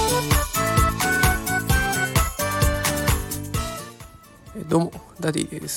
どうもダディです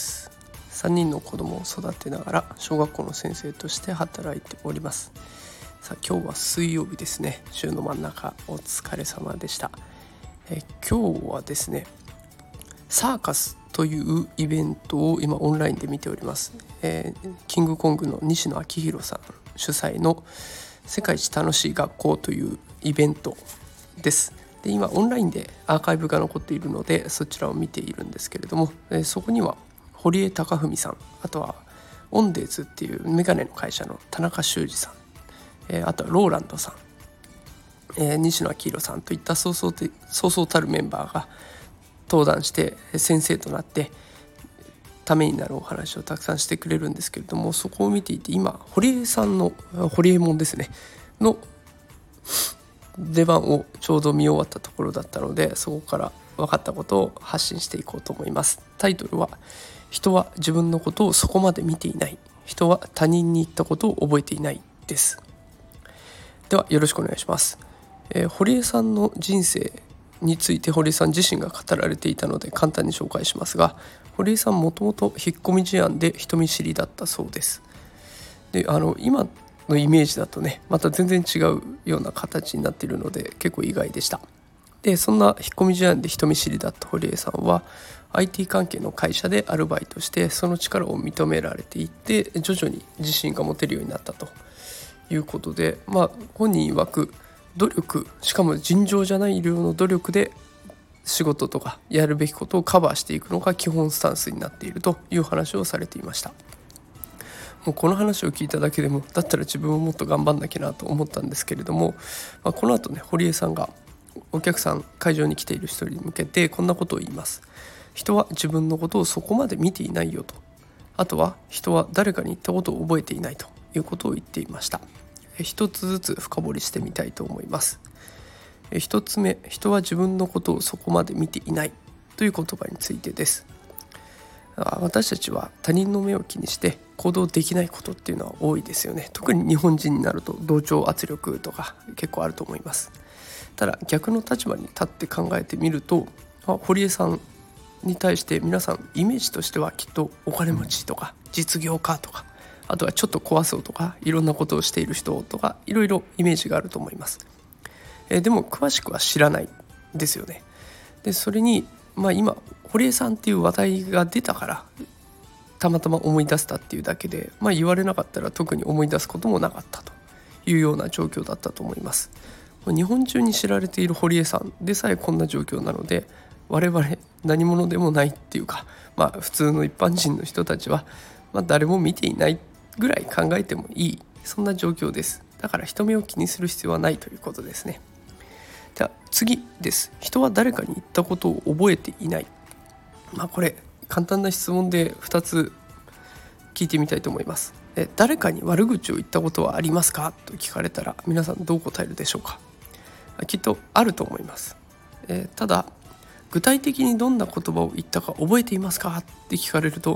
。3人の子供を育てながら小学校の先生として働いております。さあ今日は水曜日ですね。週の真ん中お疲れ様でした。今日はですねサーカスというイベントを今オンラインで見ております。キングコングの西野昭弘さん主催の世界一楽しい学校というイベントです。で今オンラインでアーカイブが残っているのでそちらを見ているんですけれども、そこには堀江貴文さん、あとはオンデーズっていうメガネの会社の田中修二さん、あとはローランドさん、西野昭弘さんといったそうそうたるメンバーが登壇して先生となってためになるお話をたくさんしてくれるんですけれども、そこを見ていて今堀江さんの堀江門ですねの出番をちょうど見終わったところだったので、そこから分かったことを発信していこうと思います。タイトルは人は自分のことをそこまで見ていない、人は他人に言ったことを覚えていないです。ではよろしくお願いします。堀江さんの人生について堀江さん自身が語られていたので簡単に紹介しますが、堀江さんもともと引っ込み思案で人見知りだったそうです。で今のイメージだとねまた全然違うような形になっているので結構意外でした。でそんな引っ込み思案で人見知りだった堀江さんは IT 関係の会社でアルバイトしてその力を認められていって徐々に自信が持てるようになったということで、本人曰く努力、しかも尋常じゃない量の努力で仕事とかやるべきことをカバーしていくのが基本スタンスになっているという話をされていました。もうこの話を聞いただけでもだったら自分ももっと頑張んなきゃなと思ったんですけれども、この後ね堀江さんがお客さん会場に来ている人に向けてこんなことを言います。人は自分のことをそこまで見ていないよと、あとは人は誰かに言ったことを覚えていないということを言っていました。一つずつ深掘りしてみたいと思います。一つ目、人は自分のことをそこまで見ていないという言葉についてです。私たちは他人の目を気にして行動できないことっていうのは多いですよね。特に日本人になると同調圧力とか結構あると思います。ただ逆の立場に立って考えてみると、堀江さんに対して皆さんイメージとしてはきっとお金持ちとか実業家とか、あとはちょっと怖そうとかいろんなことをしている人とかいろいろイメージがあると思います。でも詳しくは知らないですよね。でそれに今堀江さんっていう話題が出たからたまたま思い出したっていうだけで、言われなかったら特に思い出すこともなかったというような状況だったと思います。日本中に知られている堀江さんでさえこんな状況なので、我々何者でもないっていうか、普通の一般人の人たちは、誰も見ていないぐらい考えてもいい、そんな状況です。だから人目を気にする必要はないということですね。じゃあ次です。人は誰かに言ったことを覚えていない。これ簡単な質問で2つ聞いてみたいと思います。誰かに悪口を言ったことはありますかと聞かれたら皆さんどう答えるでしょうか。きっとあると思います。ただ具体的にどんな言葉を言ったか覚えていますかって聞かれると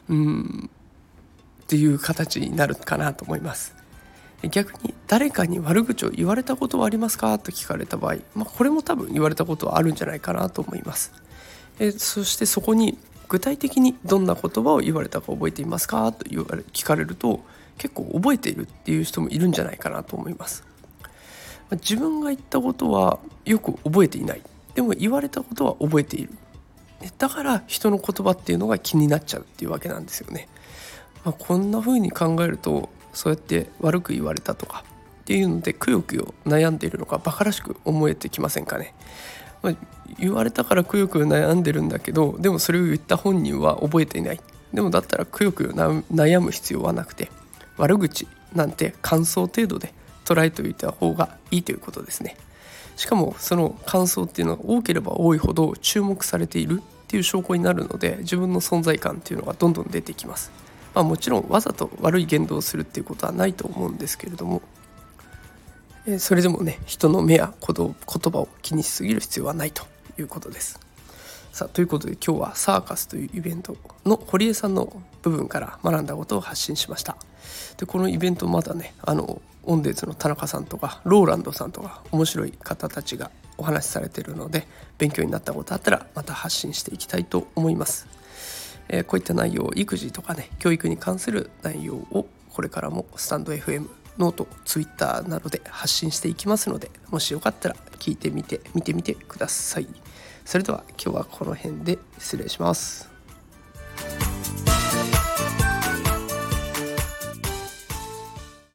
っていう形になるかなと思います。逆に誰かに悪口を言われたことはありますかと聞かれた場合、これも多分言われたことはあるんじゃないかなと思います。そしてそこに具体的にどんな言葉を言われたか覚えていますかと聞かれると結構覚えているっていう人もいるんじゃないかなと思います。自分が言ったことはよく覚えていない、でも言われたことは覚えている、だから人の言葉っていうのが気になっちゃうっていうわけなんですよね。こんな風に考えるとそうやって悪く言われたとかっていうのでくよくよ悩んでいるのがバカらしく思えてきませんかね。言われたからくよくよ悩んでるんだけど、でもそれを言った本人は覚えていない。でもだったらくよくよ悩む必要はなくて、悪口なんて感想程度で捉えておいた方がいいということですね。しかもその感想っていうのが多ければ多いほど注目されているっていう証拠になるので、自分の存在感っていうのがどんどん出てきます。もちろんわざと悪い言動をするっていうことはないと思うんですけれども、それでもね人の目や言葉を気にしすぎる必要はないということです。さあということで今日はサーカスというイベントの堀江さんの部分から学んだことを発信しました。でこのイベントまだねオンデーズの田中さんとかローランドさんとか面白い方たちがお話しされているので、勉強になったことあったらまた発信していきたいと思います。こういった内容、育児とかね、教育に関する内容をこれからもスタンド FM、ノート、ツイッターなどで発信していきますので、もしよかったら聞いてみてください。それでは今日はこの辺で失礼します。